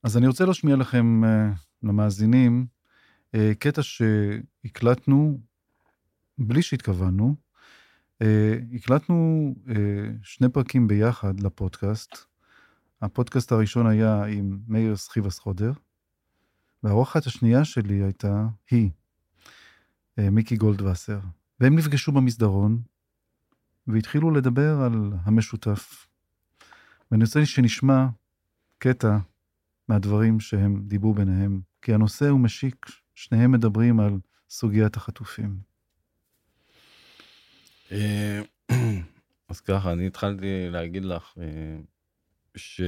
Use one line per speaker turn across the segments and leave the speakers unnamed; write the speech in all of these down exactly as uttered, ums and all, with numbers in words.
אז אני רוצה להשמיע לכם, למאזינים, קטע שהקלטנו, בלי שהתכוונו, הקלטנו שני פרקים ביחד לפודקאסט. הפודקאסט הראשון היה עם מאיר סחיבס חודר, והאורחת השנייה שלי הייתה היא, מיקי גולדווסר. והם נפגשו במסדרון, והתחילו לדבר על המשותף. ואני רוצה שנשמע קטע מהדברים שהם דיברו ביניהם, כי הנושא הוא משיק, שניהם מדברים על סוגיית החטופים.
אז ככה, אני התחלתי להגיד לך ש...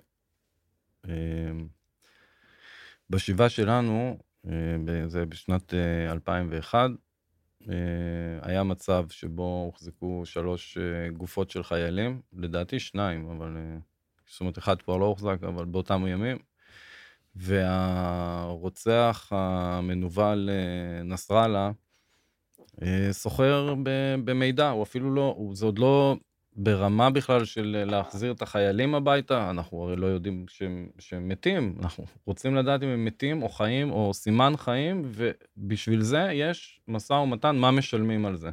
בשבעה שלנו, זה בשנת אלפיים ואחת, היה מצב שבו הוחזקו שלוש גופות של חיילים, לדעתי שניים, אבל זאת אומרת אחד כבר לא הוחזק, אבל באותם ימים, והרוצח המנוול נסראללה, סוחר במידע, הוא אפילו לא, זה עוד לא ברמה בכלל של להחזיר את החיילים הביתה, אנחנו הרי לא יודעים שהם, שהם מתים, אנחנו רוצים לדעת אם הם מתים או חיים או סימן חיים, ובשביל זה יש משא ומתן, מה משלמים על זה.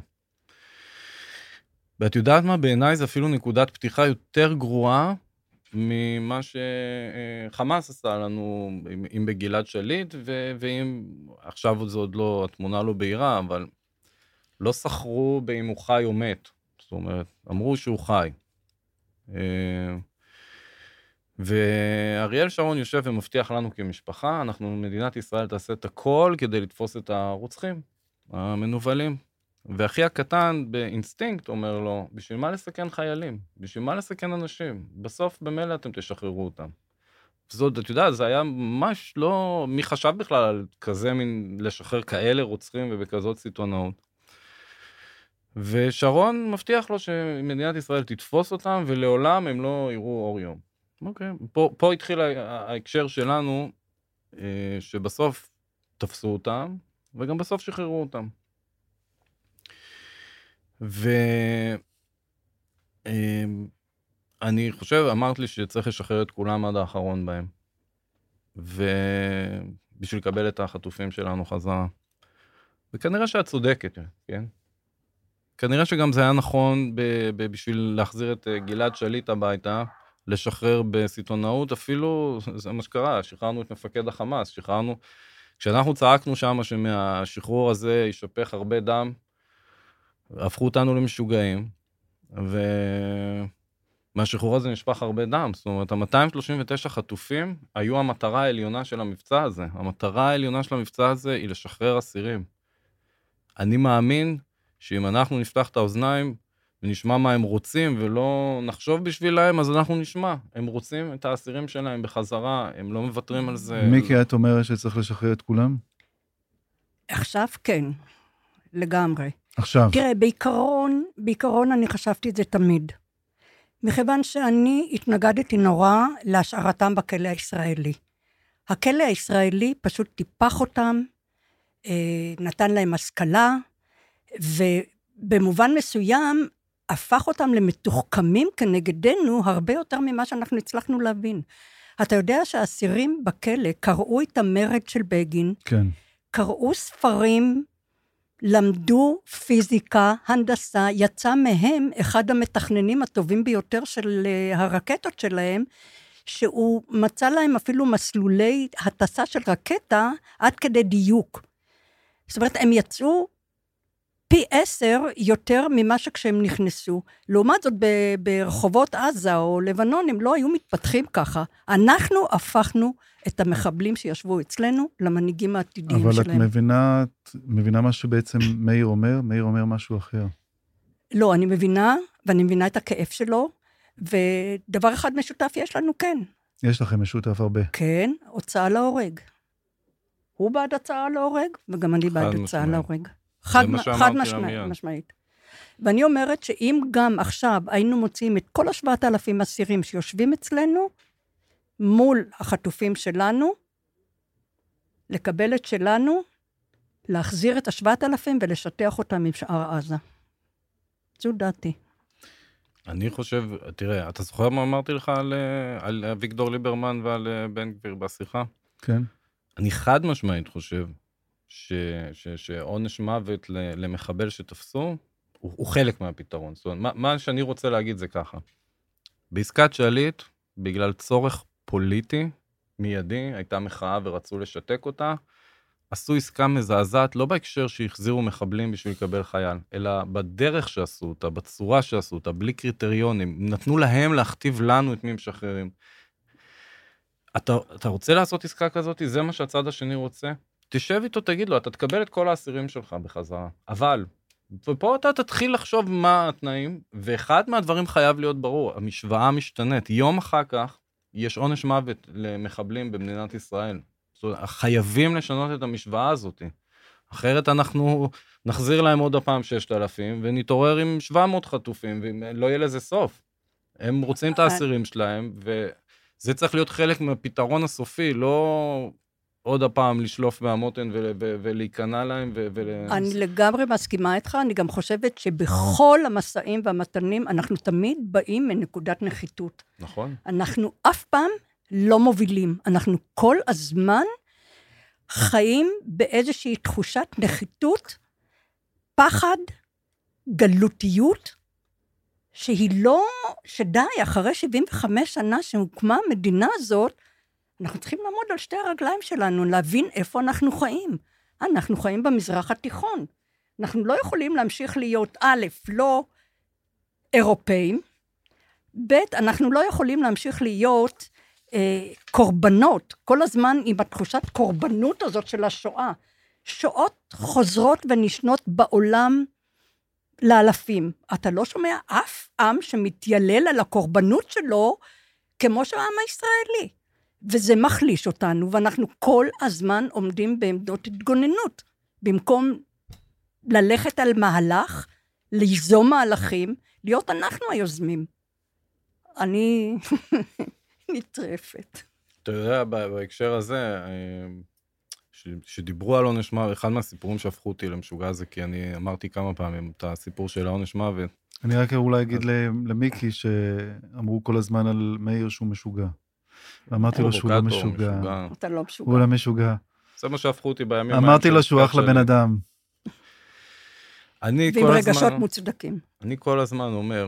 ואת יודעת מה, בעיניי זה אפילו נקודת פתיחה יותר גרועה, ממה שחמאס עשה לנו, אם בגלעד שליט, ואם עכשיו זה עוד לא, התמונה לא בהירה, אבל לא סחרו באם הוא חי או מת. זאת אומרת, אמרו שהוא חי. ואריאל שרון יושב ומבטיח לנו כמשפחה, אנחנו, מדינת ישראל תעשה את הכל כדי לתפוס את הרוצחים, המנובלים. ואחי הקטן באינסטינקט אומר לו, בשביל מה לסכן חיילים? בשביל מה לסכן אנשים? בסוף במילא אתם תשחררו אותם. זאת, את יודעת, זה היה ממש לא, מי חשב בכלל על כזה מין לשחרר כאלה רוצחים ובכזאת סיטונאות. ושרון מבטיח לו שמדינת ישראל תתפוס אותם, ולעולם הם לא יראו אור יום. אוקיי, פה, פה התחיל ההקשר שלנו, שבסוף תפסו אותם, וגם בסוף שחררו אותם. ואני חושב, אמרת לי שצריך לשחרר את כולם עד האחרון בהם. ובשביל לקבל את החטופים שלנו חזרה. וכנראה שאת צודקת, כן? כנראה שגם זה היה נכון בשביל להחזיר את גלעד שליט הביתה, לשחרר בסיטונאות, אפילו, זה מה שקרה, שחררנו את מפקד החמאס, שחררנו, כשאנחנו צעקנו שם שמהשחרור הזה ישפך הרבה דם, הפכו אותנו למשוגעים, ומהשחרור הזה נשפך הרבה דם, זאת אומרת, ה-מאתיים שלושים ותשע חטופים היו המטרה העליונה של המבצע הזה, המטרה העליונה של המבצע הזה היא לשחרר אסירים. אני מאמין שאם אנחנו נפתח את האוזניים, ונשמע מה הם רוצים, ולא נחשוב בשבילהם, אז אנחנו נשמע. הם רוצים את האסירים שלהם בחזרה, הם לא מוותרים על זה.
מיקי, את אומרת שצריך לשחרר את כולם?
עכשיו כן, לגמרי.
עכשיו.
תראה, בעיקרון, בעיקרון אני חשבתי את זה תמיד. מכיוון שאני התנגדתי נורא להשארתם בכלא הישראלי. הכלא הישראלי פשוט טיפח אותם, נתן להם השכלה, ובמובן מסוים הפך אותם למתוחכמים כנגדנו הרבה יותר ממה שאנחנו הצלחנו להבין. אתה יודע שהאסירים בכלא קראו את המרד של בגין,
כן.
קראו ספרים, למדו פיזיקה, הנדסה, יצא מהם אחד המתכננים הטובים ביותר של הרקטות שלהם, שהוא מצא להם אפילו מסלולי הטסה של רקטה עד כדי דיוק. זאת אומרת, הם יצאו פי עשר יותר ממה שכשהם נכנסו. לעומת זאת, ברחובות עזה או לבנון, הם לא היו מתפתחים ככה. אנחנו הפכנו את המחבלים שישבו אצלנו למנהיגים העתידיים
אבל
שלהם.
אבל את מבינה, מבינה מה שבעצם מאיר אומר? מאיר אומר משהו אחר.
לא, אני מבינה, ואני מבינה את הכאב שלו, ודבר אחד משותף יש לנו, כן.
יש לכם משותף הרבה.
כן, הוצאה להורג. הוא בעד הצעה להורג, וגם אני בעד הצעה להורג. חד, חד משמעית, משמעית. ואני אומרת שאם גם עכשיו היינו מוצאים את כל השבעת אלפים אסירים שיושבים אצלנו, מול החטופים שלנו, לקבל את שלנו, להחזיר את השבעת אלפים ולשטח אותם עם שאר עזה. זו דעתי.
אני חושב, תראה, אתה זוכר מה אמרתי לך על, על אביגדור ליברמן ועל בן גביר בשיחה?
כן.
אני חד משמעית חושב ש, ש, שעונש מוות למחבל שתפסו, הוא, הוא חלק מהפתרון. זאת אומרת, מה, מה שאני רוצה להגיד זה ככה. בעסקת שליט, בגלל צורך פוליטי מיידי, הייתה מחאה ורצו לשתק אותה, עשו עסקה מזעזעת, לא בהקשר שהחזירו מחבלים בשביל לקבל חייל, אלא בדרך שעשו אותה, בצורה שעשו אותה, בלי קריטריונים, נתנו להם להכתיב לנו את מי משחררים. אתה, אתה רוצה לעשות עסקה כזאת? זה מה שהצד השני רוצה? תשב איתו, תגיד לו, אתה תקבל את כל האסירים שלך בחזרה, אבל, ופה אתה תתחיל לחשוב מה התנאים, ואחד מהדברים חייב להיות ברור, המשוואה משתנית, יום אחר כך, יש עונש מוות למחבלים במדינת ישראל, חייבים לשנות את המשוואה הזאת, אחרת אנחנו נחזיר להם עוד הפעם ששת אלפים, ונתעורר עם שבע מאות חטופים, ולא יהיה לזה סוף. הם רוצים את האסירים שלהם, וזה צריך להיות חלק מהפתרון הסופי, לא עוד הפעם לשלוף מהמותן ולהיכנע להם. ול...
אני לגמרי מסכימה איתך, אני גם חושבת שבכל המסעים והמתנים, אנחנו תמיד באים מנקודת נחיתות.
נכון.
אנחנו אף פעם לא מובילים, אנחנו כל הזמן חיים באיזושהי תחושת נחיתות, פחד, גלותיות, שהיא לא, שדי, אחרי שבעים וחמש שנה שהוקמה המדינה הזאת, אנחנו צריכים לעמוד על שתי הרגליים שלנו, להבין איפה אנחנו חיים. אנחנו חיים במזרח התיכון. אנחנו לא יכולים להמשיך להיות א', לא אירופאים, ב', אנחנו לא יכולים להמשיך להיות אה, קורבנות, כל הזמן עם התחושת קורבנות הזאת של השואה. שואות חוזרות ונשנות בעולם לאלפים. אתה לא שומע אף עם שמתיילל על הקורבנות שלו, כמו שהעם הישראלי. וזה מחליש אותנו, ואנחנו כל הזמן עומדים בעמדות התגוננות, במקום ללכת על מהלך, ליזום מהלכים, להיות אנחנו היוזמים. אני נטרפת.
אתה יודע, בהקשר הזה, שדיברו על עונש מוות, אחד מהסיפורים שהפכו אותי למשוגע הזה, כי אני אמרתי כמה פעמים את הסיפור של העונש מוות.
אני רק אולי אגיד למיקי שאמרו כל הזמן על מאיר שהוא משוגע. ואמרתי לו שהוא לא משוגע.
אתה לא משוגע.
הוא לא משוגע.
זה מה שהפכו אותי בימים.
אמרתי לו שהוא אחלה בן אדם.
ועם רגשות מוצדקים.
אני כל הזמן אומר,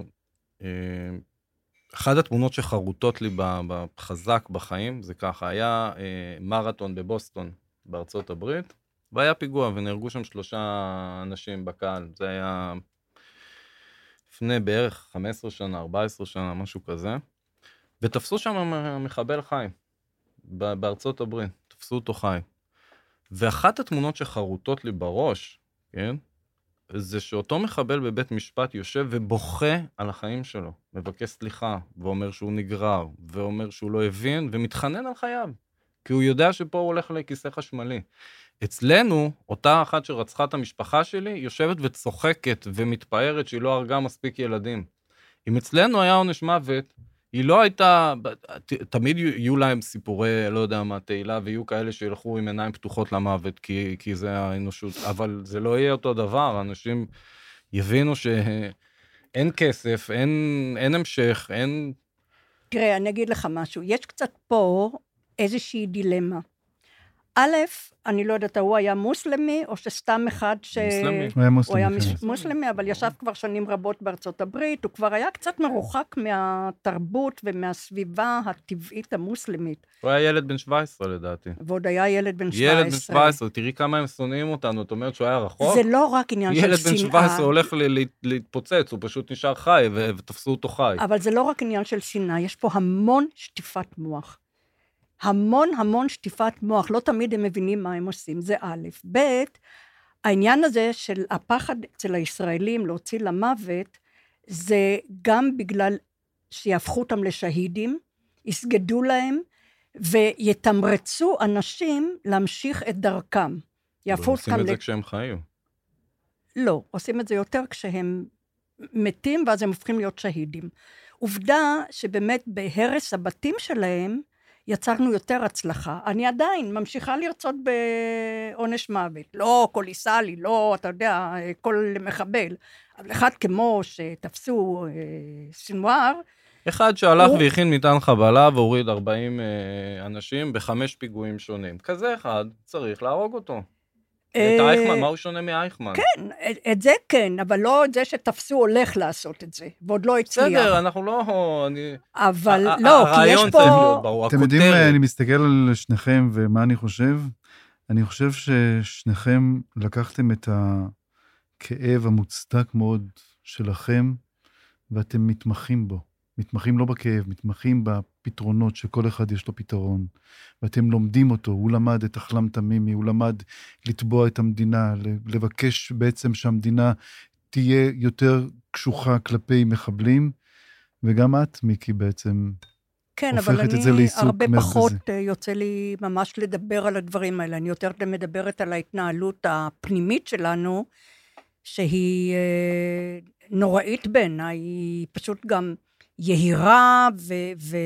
אחת התמונות שחרוטות לי בחזק בחיים, זה ככה, היה מרתון בבוסטון, בארצות הברית, והיה פיגוע, ונהרגו שם שלושה אנשים בקהל. זה היה לפני בערך חמש עשרה שנה, ארבע עשרה שנה, משהו כזה. ותפסו שם מחבל חי, בארצות הברית, תפסו אותו חי. ואחת התמונות שחרוטות לי בראש, כן, זה שאותו מחבל בבית משפט יושב ובוכה על החיים שלו, מבקש סליחה, ואומר שהוא נגרר, ואומר שהוא לא הבין, ומתחנן על חייו, כי הוא יודע שפה הוא הולך לכיסא חשמלי. אצלנו, אותה אחת שרצחה את המשפחה שלי, יושבת וצוחקת ומתפארת שהיא לא הרגה מספיק ילדים. אם אצלנו היה עונש מוות, היא לא הייתה, תמיד יהיו להם סיפורי, לא יודע מה, תהילה, ויהיו כאלה שילכו עם עיניים פתוחות למוות, כי, כי זה האנושות, אבל זה לא יהיה אותו דבר, אנשים יבינו שאין כסף, אין, אין המשך, אין...
תראה, אני אגיד לך משהו, יש קצת פה איזושהי דילמה. א', אני לא יודעת, הוא היה מוסלמי, או שסתם אחד ש...
מוסלמי.
הוא היה מוסלמי.
הוא היה מוסלמי, אבל ישב כבר שנים רבות בארצות הברית, הוא כבר היה קצת מרוחק מהתרבות ומהסביבה הטבעית המוסלמית.
הוא היה ילד בן שבע עשרה לדעתי.
ועוד היה ילד בן שבע עשרה.
ילד בן שבע עשרה, תראי כמה הם שונאים אותנו, את אומרת שהוא היה רחוק?
זה לא רק עניין של שנאה.
ילד בן שבע עשרה הולך להתפוצץ, הוא פשוט נשאר חי, ותפסו אותו חי.
אבל זה לא רק עניין של שנאה, יש פה המון שטיפת מוח. המון המון שטיפת מוח, לא תמיד הם מבינים מה הם עושים, זה א', ב', העניין הזה של הפחד אצל הישראלים להוציא למוות, זה גם בגלל שיהפכו אותם לשהידים, יסגדו להם, ויתמרצו אנשים להמשיך את דרכם.
יהפכו אותם... עושים את זה כשהם חיים.
לא, עושים את זה יותר כשהם מתים, ואז הם הופכים להיות שהידים. עובדה שבאמת בהרס הבתים שלהם, יצרנו יותר הצלחה. אני עדיין ממשיכה לרצות בעונש מוות. לא קוליסלי, לא, אתה יודע, כל מחבל. אבל אחד כמו שתפסו סינואר,
אחד שהלך
הוא...
והכין מטען חבלה והוריד ארבעים אנשים בחמש פיגועים שונים. כזה אחד צריך להרוג אותו. את אייכמן, מה הוא שונה מאייכמן?
כן, את זה כן, אבל לא את זה שתפסו הולך לעשות את זה, ועוד לא הצליח.
בסדר, אנחנו לא...
אבל לא, כי יש פה...
אתם יודעים, אני מסתכל על שניכם ומה אני חושב. אני חושב ששניכם לקחתם את הכאב המוצדק מאוד שלכם, ואתם מתמחים בו. מתמחים לא בכאב, מתמחים בפתרונות שכל אחד יש לו פתרון, ואתם לומדים אותו, הוא למד את אחלם תמימי, הוא למד לתבוע את המדינה, לבקש בעצם שהמדינה תהיה יותר קשוחה כלפי מחבלים, וגם את, מיקי, בעצם
כן,
הופכת
אבל
את זה לעיסוק מרכזי.
הרבה פחות יוצא לי ממש לדבר על הדברים האלה, אני יותר מדברת על ההתנהלות הפנימית שלנו, שהיא נוראית בעיניי, היא פשוט גם יהירה ו-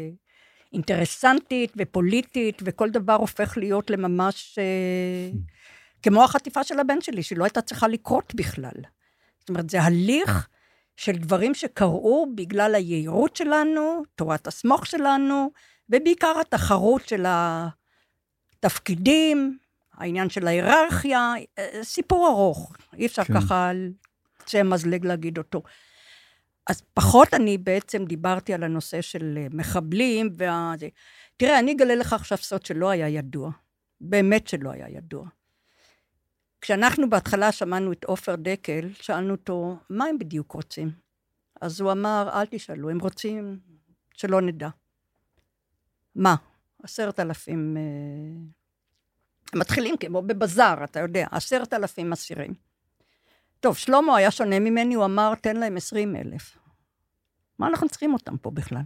ואינטרסנטית ופוליטית, וכל דבר הופך להיות לממש כמו החטיפה של הבן שלי, שלא הייתה צריכה לקרות בכלל. זאת אומרת, זה הליך של דברים שקראו בגלל היהירות שלנו, תורת הסמוך שלנו, ובעיקר התחרות של התפקידים, העניין של ההיררכיה, סיפור ארוך, אי אפשר כן. ככה על שם מזלג להגיד אותו. אז פחות אני בעצם דיברתי על הנושא של מחבלים, וה... תראה, אני אגלה לך עכשיו סוד שלא היה ידוע, באמת שלא היה ידוע. כשאנחנו בהתחלה שמענו את עופר דקל, שאלנו אותו, מה הם בדיוק רוצים? אז הוא אמר, אל תשאלו, הם רוצים שלא נדע. מה? עשרת אלפים... הם מתחילים כמו בבזר, אתה יודע, עשרת אלפים אסירים. טוב, שלמה היה שונה ממני, הוא אמר, תן להם עשרים אלף. מה אנחנו צריכים אותם פה בכלל?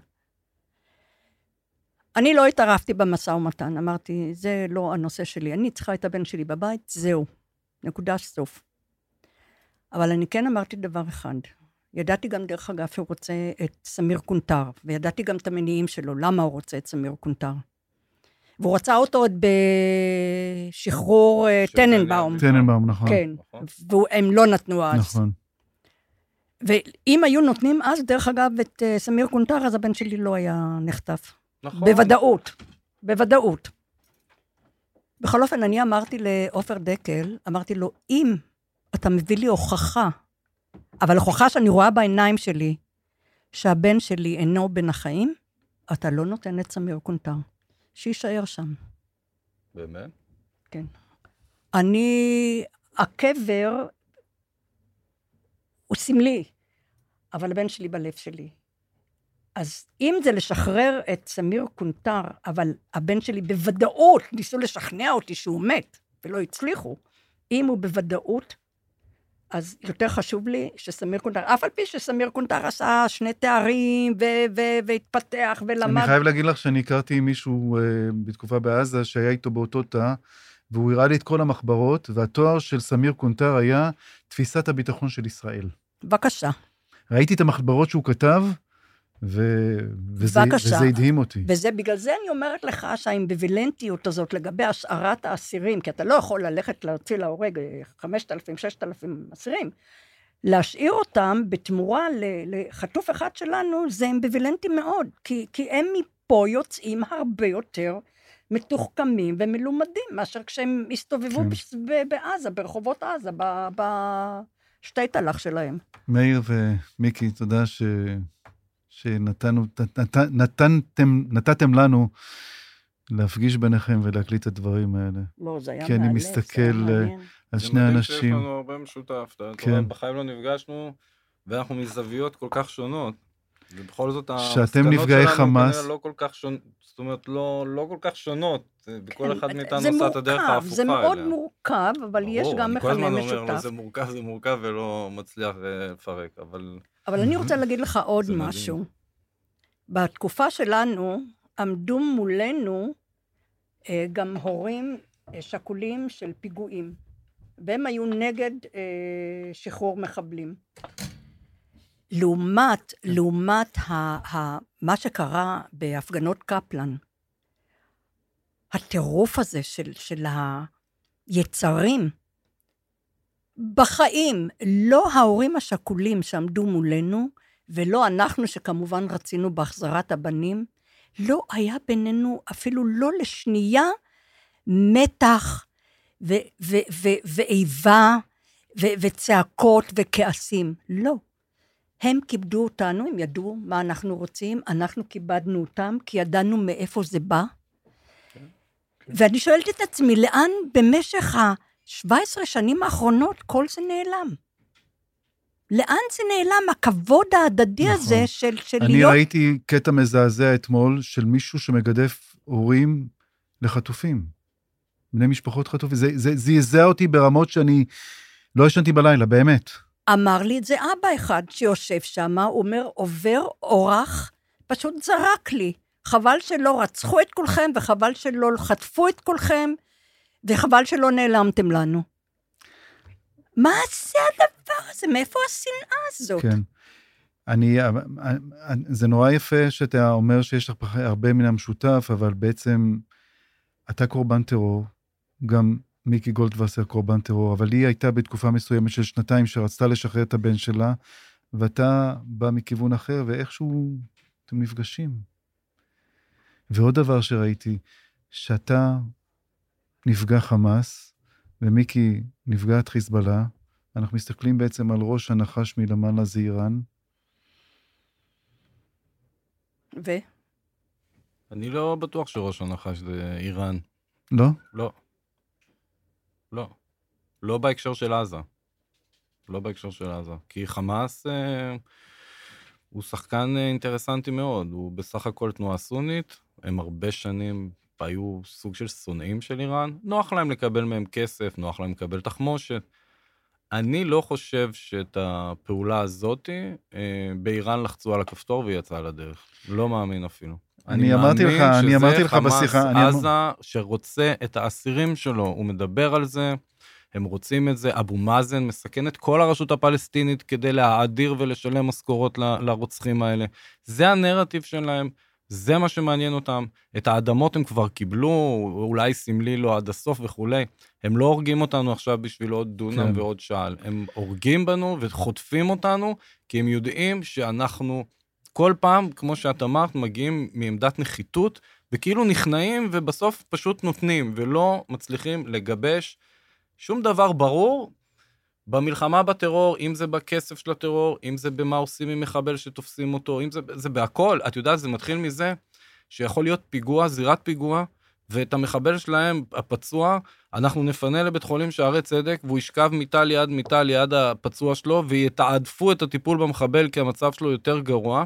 אני לא התערבתי במשא ומתן, אמרתי, זה לא הנושא שלי, אני צריכה את הבן שלי בבית, זהו, נקודה סוף. אבל אני כן אמרתי דבר אחד, ידעתי גם דרך אגב שהוא רוצה את סמיר קונטר, וידעתי גם את המניעים שלו, למה הוא רוצה את סמיר קונטר. והוא רצה אותו עוד בשחרור טננבאום.
טננבאום, נכון.
כן, והם לא נתנו אז.
נכון.
ואם היו נותנים אז, דרך אגב, את סמיר קונטר, אז הבן שלי לא היה נחטף.
נכון.
בוודאות, בוודאות. בכל אופן, אני אמרתי לעופר דקל, אמרתי לו, אם אתה מביא לי הוכחה, אבל הוכחה שאני רואה בעיניים שלי, שהבן שלי אינו בין החיים, אתה לא נותן את סמיר קונטר. שישאר שם.
באמת?
כן. אני, הקבר, הוא סמלי, אבל הבן שלי בלב שלי. אז אם זה לשחרר את סמיר קונטר, אבל הבן שלי בוודאות, ניסו לשכנע אותי שהוא מת, ולא הצליחו, אם הוא בוודאות, אז יותר חשוב לי שסמיר קונטר, אף על פי שסמיר קונטר עשה שני תארים, ו- ו- והתפתח ולמד.
אני חייב להגיד לך שאני הכרתי מישהו uh, בתקופה בעזה, שהיה איתו באותו תא, והוא הראה לי את כל המחברות, והתואר של סמיר קונטר היה תפיסת הביטחון של ישראל.
בבקשה.
ראיתי את המחברות שהוא כתב, ו- וזה, וזה הדהים אותי.
וזה, בגלל זה אני אומרת לך שהאמביוולנטיות הזאת לגבי השארת האסירים, כי אתה לא יכול ללכת להוציא להורג חמשת אלפים, ששת אלפים אסירים, להשאיר אותם בתמורה לחטוף אחד שלנו, זה אמביוולנטי מאוד, כי, כי הם מפה יוצאים הרבה יותר מתוחכמים ומלומדים, מאשר כשהם הסתובבו כן. בעזה, ברחובות עזה, בשתי תלך שלהם.
מאיר ומיקי, תודה ש... שנתנו, נת, נתנתם, נתתם לנו להפגיש ביניכם ולהקליט את הדברים האלה.
לא, זה היה
כי אני מסתכל על שני אנשים.
זה מדהים שיש לנו הרבה משותף. כן. בחיים לא נפגשנו, ואנחנו מזוויות כל כך שונות. ובכל זאת,
שאתם נפגעי חמאס.
לא כל כך שונות, זאת אומרת, לא, לא כל כך שונות. בכל אחד מאיתנו עושה את הדרך ההפוכה אליה.
זה מאוד מורכב, אבל יש גם מכנה משותף.
אני כל הזמן אומר, זה מורכב, זה מורכב, ולא מצליח לפרק, אבל...
אבל אני רוצה להגיד לך עוד משהו. בתקופה שלנו, עמדו מולנו גם הורים שכולים של פיגועים, והם היו נגד שחרור מחבלים. לעומת, לעומת מה שקרה בהפגנות קפלן, הטירוף הזה של, של היצרים, בחיים, לא ההורים השכולים שעמדו מולנו, ולא אנחנו שכמובן רצינו בהחזרת הבנים, לא היה בינינו אפילו לא לשנייה מתח ו- ו- ו- ואיבה ו- וצעקות וכעסים. לא. הם כיבדו אותנו, הם ידעו מה אנחנו רוצים, אנחנו כיבדנו אותם, כי ידענו מאיפה זה בא. Okay. Okay. ואני שואלת את עצמי, לאן במשך ה-שבע עשרה שנים האחרונות כל זה נעלם? לאן זה נעלם, הכבוד ההדדי נכון. הזה של, של
אני
להיות...
אני ראיתי קטע מזעזע אתמול, של מישהו שמגדף הורים לחטופים. בני משפחות חטופים. זה, זה, זה יזע אותי ברמות שאני לא ישנתי בלילה, באמת.
אמר לי את זה אבא אחד שיושב שם, הוא אומר, עובר אורח, פשוט זרק לי. חבל שלא רצחו את כולכם, וחבל שלא חטפו את כולכם, וחבל שלא נעלמתם לנו. מה זה הדבר הזה? מאיפה השנאה הזאת?
כן. אני, זה נורא יפה שאתה אומר שיש לך הרבה מן המשותף, אבל בעצם אתה קורבן טרור, גם מיקי גולדווסר קורבן טרור, אבל היא הייתה בתקופה מסוימת של שנתיים שרצתה לשחרר את הבן שלה, ואתה בא מכיוון אחר, ואיכשהו אתם נפגשים. ועוד דבר שראיתי, שאתה נפגע חמאס, ומיקי נפגעת חיזבאללה, אנחנו מסתכלים בעצם על ראש הנחש מלמעלה זה איראן.
ו?
אני לא בטוח שראש הנחש זה איראן.
לא?
לא. לא. לא בהקשר של עזה. לא בהקשר של עזה. כי חמאס אה, הוא שחקן אינטרסנטי מאוד. הוא בסך הכל תנועה סונית. הם הרבה שנים היו סוג של שונאים של איראן. נוח להם לקבל מהם כסף, נוח להם לקבל תחמושת. אני לא חושב שאת הפעולה הזאת אה, באיראן לחצו על הכפתור ויצאה לדרך. לא מאמין אפילו.
אני אמרתי לך, אני אמרתי לך בשיחה.
אני מאמין שזה חמאס עזה שרוצה את האסירים שלו, הוא מדבר על זה, הם רוצים את זה, אבו מאזן מסכן את כל הרשות הפלסטינית כדי להאדיר ולשלם משכורות ל, לרוצחים האלה. זה הנרטיב שלהם, זה מה שמעניין אותם. את האדמות הם כבר קיבלו, אולי סמלי לו עד הסוף וכולי. הם לא הורגים אותנו עכשיו בשביל עוד דונם כן. ועוד שעל. הם הורגים בנו וחוטפים אותנו, כי הם יודעים שאנחנו כל פעם, כמו שאת אמרת, מגיעים מעמדת נחיתות, וכאילו נכנעים ובסוף פשוט נותנים, ולא מצליחים לגבש שום דבר ברור, במלחמה בטרור, אם זה בכסף של הטרור, אם זה במה עושים עם מחבל שתופסים אותו, אם זה, זה בהכל. את יודעת, זה מתחיל מזה שיכול להיות פיגוע, זירת פיגוע, ואת המחבל שלהם, הפצוע, אנחנו נפנה לבית חולים שערי צדק, והוא ישכב מיטה ליד מיטה ליד הפצוע שלו, ויתעדפו את הטיפול במחבל, כי המצב שלו יותר גרוע,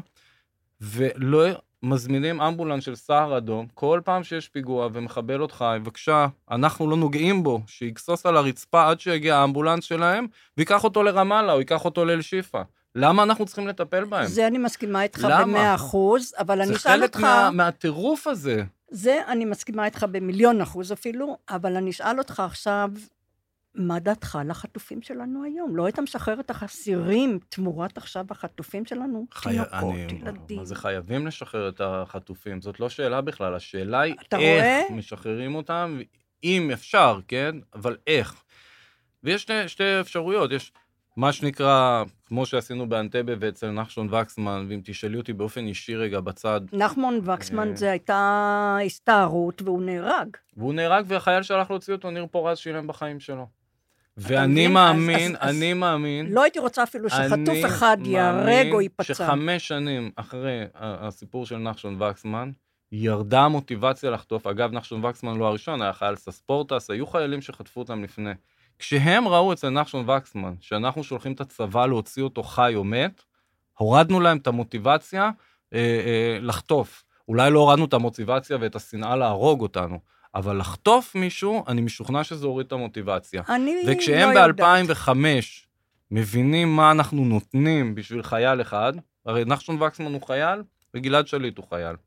ולא מזמינים אמבולנס של סהר אדום, כל פעם שיש פיגוע ומחבל אותך, בבקשה, אנחנו לא נוגעים בו, שיקסוס על הרצפה עד שיגיע האמבולנס שלהם, ויקח אותו לרמאללה, או ייקח אותו לאל שיפה. למה אנחנו צריכים לטפל בהם?
זה אני מסכימה איתך במאה אחוז, אבל אני אשאל אותך...
זה חלק מהטירוף הזה.
זה אני מסכימה איתך במיליון אחוז אפילו, אבל אני אשאל אותך עכשיו, מה דעתך לחטופים שלנו היום? לא היית משחרר את החסירים תמורת עכשיו החטופים שלנו?
חי...
תינוקות,
אני...
ילדים.
מה זה חייבים לשחרר את החטופים? זאת לא שאלה בכלל, השאלה היא איך
רואה?
משחררים אותם, אם אפשר, כן? אבל איך? ויש שתי, שתי אפשרויות, יש מה שנקרא, כמו שעשינו באנטבה ואצל נחשון וקסמן, ואם תשאלי אותי באופן אישי רגע בצד.
נחמון וקסמן זה הייתה הסתערות והוא נהרג.
והוא נהרג והחייל שהלך להוציא אותו ניר פורז שילם בחיים שלו. ואני מאמין, אני מאמין.
לא הייתי רוצה אפילו שחטוף אחד יהרג או ייפצע.
שחמש שנים אחרי הסיפור של נחשון וקסמן, ירדה המוטיבציה לחטוף. אגב, נחשון וקסמן לא הראשון, היה חייל ספורטס, היו חיילים שחטפו אותם לפני. כשהם ראו אצל נחשון וקסמן, שאנחנו שולחים את הצבא להוציא אותו חי או מת, הורדנו להם את המוטיבציה אה, אה, לחטוף. אולי לא הורדנו את המוטיבציה ואת השנאה להרוג אותנו, אבל לחטוף מישהו, אני משוכנע שזה הוריד את המוטיבציה. וכשהם
לא
ב-אלפיים וחמש מבינים מה אנחנו נותנים בשביל חייל אחד, הרי נחשון וקסמן הוא חייל, וגלעד שליט הוא חייל.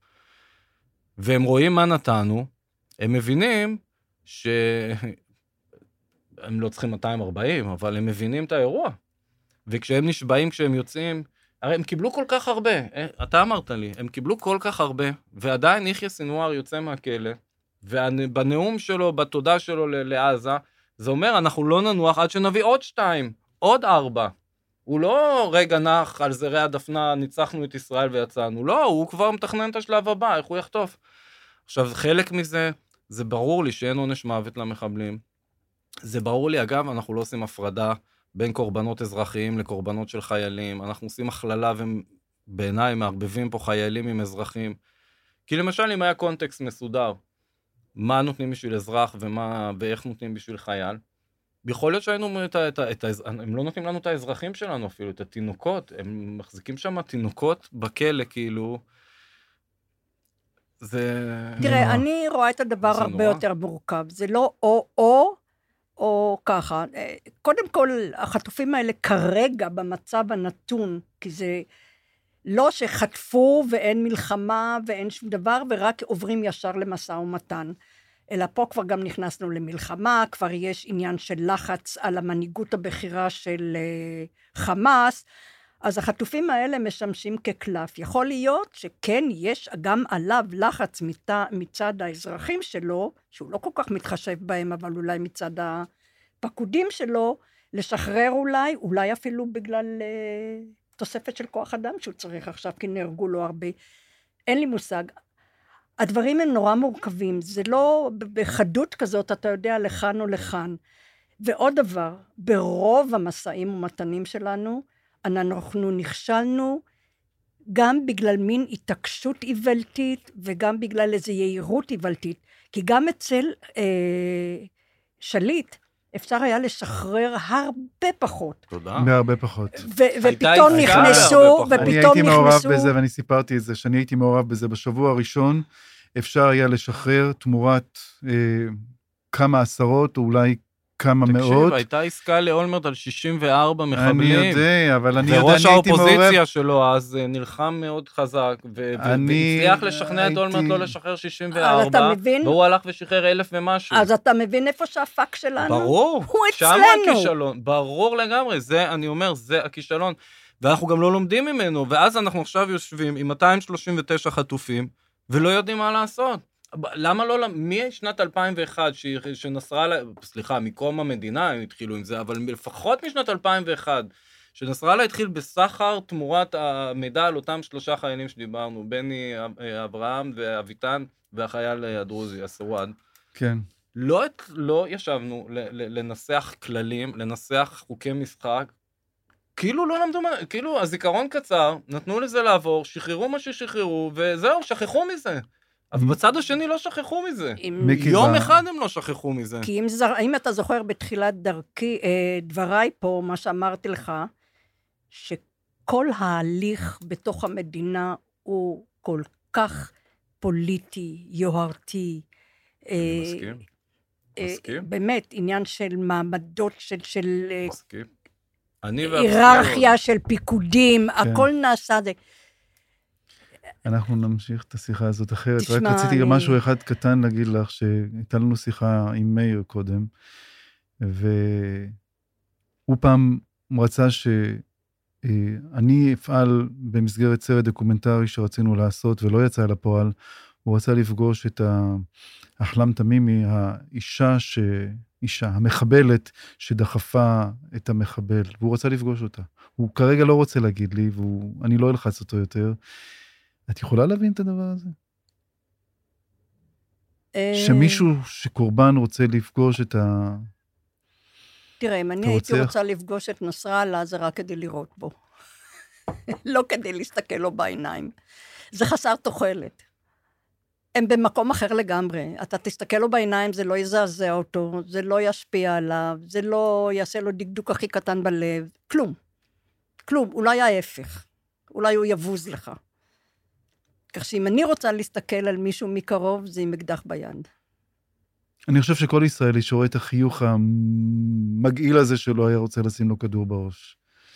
והם רואים מה נתנו, הם מבינים ש... הם לא צריכים מאתיים וארבעים, אבל הם מבינים את האירוע. וכשהם נשבעים, כשהם יוצאים, הרי הם קיבלו כל כך הרבה, אתה אמרת לי, הם קיבלו כל כך הרבה, ועדיין יחיא סנוואר יוצא מהכלא, ובנאום שלו, בתודה שלו לעזה, זה אומר, אנחנו לא ננוח עד שנביא עוד שתיים, עוד ארבע. הוא לא רגע נח על זרי הדפנה, ניצחנו את ישראל ויצאנו. לא, הוא כבר מתכנן את השלב הבא, איך הוא יחטוף. עכשיו, חלק מזה, זה ברור לי שאין עונש מוות למחבלים. זה ברור לי, אגב, אנחנו לא עושים הפרדה בין קורבנות אזרחיים לקורבנות של חיילים. אנחנו עושים הכללה ובעיניי מערבבים פה חיילים עם אזרחים. כי למשל, אם היה קונטקסט מסודר, מה נותנים בשביל אזרח ומה, ואיך נותנים בשביל חייל, יכול להיות שהיינו, את, את, את, את, הם לא נותנים לנו את האזרחים שלנו אפילו, את התינוקות, הם מחזיקים שם תינוקות בכלא, כאילו, זה...
תראה,
נורא.
אני רואה את הדבר
זה
הרבה
נורא.
יותר מורכב, זה לא או-או, או ככה. קודם כל, החטופים האלה כרגע במצב הנתון, כי זה לא שחטפו ואין מלחמה ואין שום דבר, ורק עוברים ישר למשא ומתן. אלא פה כבר גם נכנסנו למלחמה, כבר יש עניין של לחץ על המנהיגות הבכירה של uh, חמאס, אז החטופים האלה משמשים כקלף. יכול להיות שכן יש גם עליו לחץ מצ... מצד האזרחים שלו, שהוא לא כל כך מתחשב בהם, אבל אולי מצד הפקודים שלו, לשחרר אולי, אולי אפילו בגלל uh, תוספת של כוח אדם שהוא צריך עכשיו, כי נהרגו לו הרבה. אין לי מושג. הדברים הם נורא מורכבים, זה לא בחדות כזאת, אתה יודע, לכאן או לכאן. ועוד דבר, ברוב המסעים ומתנים שלנו, אנחנו נכשלנו גם בגלל מין התעקשות איוולתית, וגם בגלל איזו יהירות איוולתית, כי גם אצל אה, שליט, אפשר היה לשחרר הרבה פחות.
תודה.
בהרבה פחות.
ו- ופתאום נכנסו,
אני
ופתאום
הייתי מעורב
נכנסו...
בזה, ואני סיפרתי את זה, שאני הייתי מעורב בזה בשבוע הראשון, אפשר היה לשחרר תמורת אה, כמה עשרות, או אולי כמה
תקשיב,
מאות.
תקשיב, הייתה עסקה לאולמרט על שישים וארבע מחבלים.
אני יודע, אבל אני יודע,
וראש
אני הייתי מעורב...
האופוזיציה שלו אז נלחם מאוד חזק, ו-
אני
והצליח לשכנע
הייתי...
את אולמרט לא לשחרר שישים
אבל
וארבע,
אתה מבין?
והוא הלך ושחרר אלף ומשהו.
אז אתה מבין איפה שהפק שלנו?
ברור,
הוא
שם
אצלנו.
הכישלון, ברור לגמרי, זה, אני אומר, זה הכישלון, ואנחנו גם לא לומדים ממנו, ואז אנחנו עכשיו יושבים עם מאתיים שלושים ותשע חטופים, ולא יודעים מה לעשות. למה לא, משנת אלפיים ואחת, שנסראללה, סליחה, מקום המדינה הם התחילו עם זה, אבל לפחות משנת אלפיים ואחת, שנסראללה התחיל בסחר תמורת המידע על אותם שלושה חיילים שדיברנו, בני אברהם ואביטן והחייל הדרוזי, הסוואד.
כן.
לא, לא ישבנו לנסח כללים, לנסח חוקי משחק, כאילו לא למדו, כאילו הזיכרון קצר, נתנו לזה לעבור, שחררו מה ששחררו, וזהו, שכחו מזה. אבל בצד השני לא שכחו מזה. יום אחד הם לא שכחו מזה.
כי אם, זר, אם אתה זוכר בתחילת דרכי, דבריי פה, מה שאמרתי לך, שכל ההליך בתוך המדינה הוא כל כך פוליטי, יוהרתי.
אני מסכים. מסכים.
באמת, עניין של מעמדות, של... של
מסכים.
היררכיה של פיקודים, הכל נעשה זה.
אנחנו נמשיך את השיחה הזאת אחרת.
תשמע,
רק רציתי
אני...
גם משהו אחד קטן להגיד לך, שהייתה לנו שיחה עם מאיר קודם, והוא פעם רצה שאני אפעל במסגרת סרט דוקומנטרי שרצינו לעשות, ולא יצא לפועל. הוא רצה לפגוש את האחלם תמימי, האישה ש... אישה, המחבלת שדחפה את המחבל, והוא רצה לפגוש אותה. הוא כרגע לא רוצה להגיד לי, ואני לא אלחץ אותו יותר. את יכולה להבין את הדבר הזה? שמישהו שקורבן רוצה לפגוש את ה...
תראה, אם אני הייתי רוצה לפגוש את נסראללה, זה רק כדי לראות בו. לא כדי להסתכל לו בעיניים. זה חסר תוחלת. הם במקום אחר לגמרי. אתה תסתכל לו בעיניים, זה לא יזעזע אותו, זה לא ישפיע עליו, זה לא יעשה לו דקדוק הכי קטן בלב. כלום. כלום. אולי ההפך. אולי הוא יבוז לך. כך שאם אני רוצה להסתכל על מישהו מקרוב, זה עם אקדח ביד.
אני חושב שכל ישראלי שרואה את החיוך המגעיל הזה שלו, היה רוצה לשים לו כדור בראש.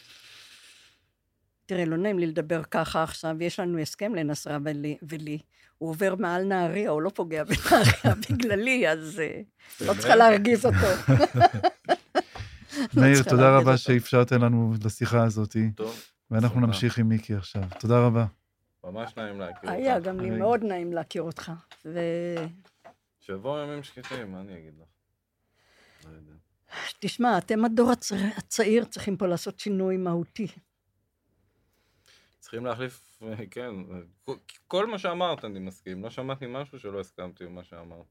תראה,
לא נעים לי לדבר ככה עכשיו, יש לנו הסכם לנסרה ולי, ולי. הוא עובר מעל נהריה, הוא לא פוגע בנהריה בגללי, אז לא צריכה להרגיז אותו.
מאיר, תודה רבה שאפשרת לנו לשיחה הזאת, ואנחנו נמשיך עם מיקי עכשיו. תודה רבה.
ממש נעים להכיר אותך.
היה גם לי מאוד נעים להכיר אותך,
שבוע ימים שקטים, מה אני אגיד לך? לא יודע.
תשמע, אתם הדור הצעיר צריכים פה לעשות שינוי מהותי.
צריכים להחליף, כן, כל מה שאמרת אני מסכים, לא שמעתי משהו שלא הסכמתי עם מה שאמרת.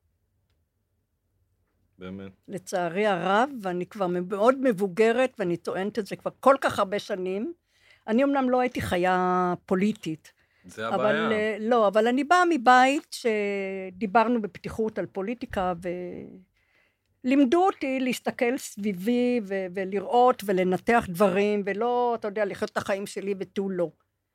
באמת.
לצערי הרב, ואני כבר מאוד מבוגרת, ואני טוענת את זה כבר כל כך הרבה שנים, אני אמנם לא הייתי חיה פוליטית.
זה הבעיה.
אבל, לא, אבל אני באה מבית שדיברנו בפתיחות על פוליטיקה, ולימדו אותי להסתכל סביבי, ו- ולראות ולנתח דברים, ולא, אתה יודע, לחיות את החיים שלי ותו לא.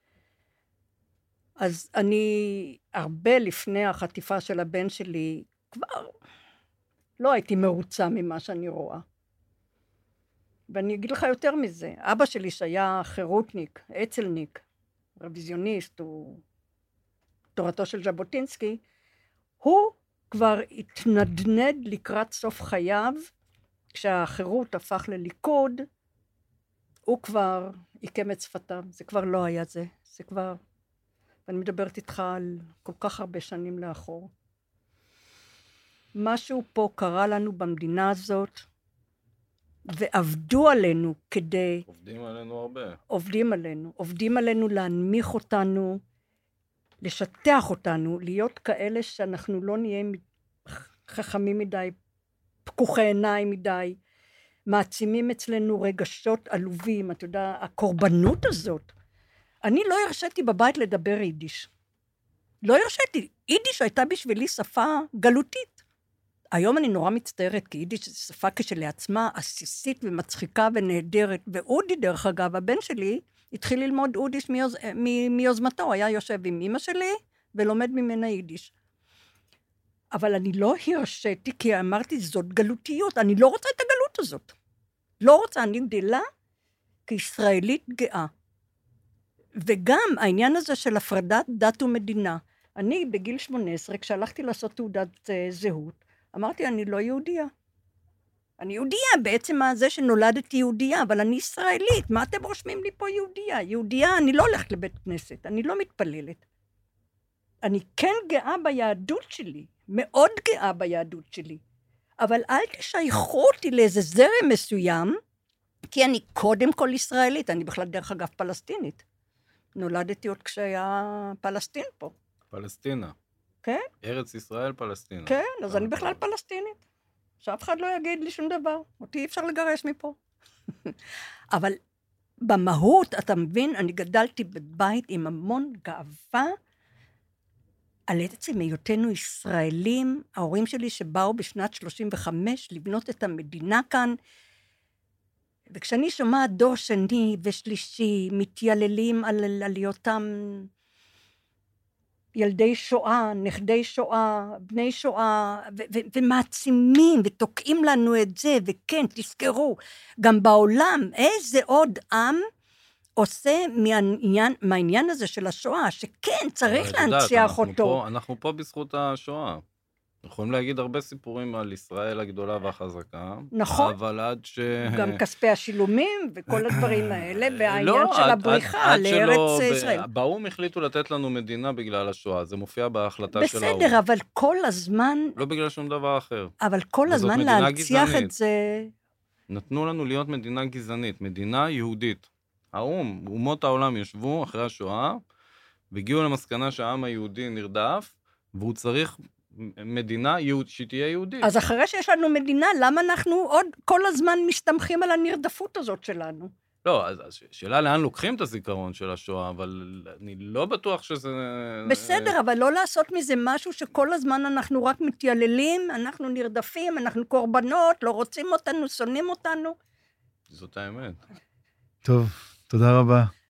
אז אני, הרבה לפני החטיפה של הבן שלי, כבר לא הייתי מרוצה ממה שאני רואה. ואני אגיד לך יותר מזה, אבא שלי שהיה חירותניק, אצלניק, רוויזיוניסט, הוא תורתו של ז'בוטינסקי, הוא כבר התנדנד לקראת סוף חייו, כשהחירות הפך לליכוד, הוא כבר עיקם את שפתיו, זה כבר לא היה זה, זה כבר, ואני מדברת איתך על כל כך הרבה שנים לאחור. משהו פה קרה לנו במדינה הזאת, ועבדו עלינו כדי...
עובדים עלינו הרבה.
עובדים עלינו. עובדים עלינו להנמיך אותנו, לשטח אותנו, להיות כאלה שאנחנו לא נהיה חכמים מדי, פקוחי עיניים מדי, מעצימים אצלנו רגשות עלובים, אתה יודע, הקורבנות הזאת. אני לא הרשיתי בבית לדבר יידיש. לא הרשיתי. יידיש הייתה בשבילי שפה גלותית. היום אני נורא מצטערת, כי יידיש זו שפה כשלעצמה עסיסית ומצחיקה ונהדרת, ואודי דרך אגב, הבן שלי, התחיל ללמוד יידיש מיוז... מ... מיוזמתו, הוא היה יושב עם אמא שלי, ולומד ממנה יידיש. אבל אני לא הרשיתי, כי אמרתי, זאת גלותיות, אני לא רוצה את הגלות הזאת. לא רוצה, אני גדלה כישראלית גאה. וגם העניין הזה של הפרדת דת ומדינה, אני בגיל שמונה עשרה, כשהלכתי לעשות תעודת זהות, אמרתי, אני לא יהודייה. אני יהודייה, בעצם זה שנולדתי יהודייה, אבל אני ישראלית. מה אתם רושמים לי פה יהודייה? יהודייה, אני לא הולכת לבית כנסת, אני לא מתפללת. אני כן גאה ביהדות שלי, מאוד גאה ביהדות שלי. אבל אל תשייכו אותי לאיזה זרם מסוים, כי אני קודם כל ישראלית, אני בכלל דרך אגב פלסטינית. נולדתי עוד כשהיה פלסטין פה.
פלסטינה.
כן?
ארץ ישראל, פלסטינה.
כן, אז אני בכלל פלסטינית. שאף אחד לא יגיד לי שום דבר. אותי אי אפשר לגרש מפה. אבל במהות, אתה מבין, אני גדלתי בבית עם המון גאווה, על עצם היותנו ישראלים, ההורים שלי שבאו בשנת שלושים וחמש לבנות את המדינה כאן, וכשאני שומעת דור שני ושלישי, מתייללים על, על היותם ילדי שואה, נכדי שואה, בני שואה, ו- ו- ומעצימים ותוקעים לנו את זה, וכן, תזכרו, גם בעולם, איזה עוד עם עושה מהעניין, מהעניין הזה של השואה, שכן, צריך להנציח אותו.
פה, אנחנו פה בזכות השואה. יכולים להגיד הרבה סיפורים על ישראל הגדולה והחזקה.
נכון.
אבל עד ש...
גם כספי השילומים וכל הדברים האלה, והעניין של הבריחה לארץ ישראל.
באום החליטו לתת לנו מדינה בגלל השואה, זה מופיע בהחלטה של האום.
בסדר, אבל כל הזמן...
לא בגלל שום דבר אחר.
אבל כל הזמן להנציח את זה...
נתנו לנו להיות מדינה גזענית, מדינה יהודית. האום, אומות העולם ישבו אחרי השואה, והגיעו למסקנה שהעם היהודי נרדף, והוא צריך מדינה שתהיה יהודית.
אז אחרי שיש לנו מדינה, למה אנחנו עוד כל הזמן מסתמכים על הנרדפות הזאת שלנו?
לא, אז שאלה לאן לוקחים את הזיכרון של השואה, אבל אני לא בטוח שזה...
בסדר, אבל לא לעשות מזה משהו שכל הזמן אנחנו רק מתייללים, אנחנו נרדפים, אנחנו קורבנות, לא רוצים אותנו, שונאים אותנו.
זאת האמת.
טוב, תודה רבה.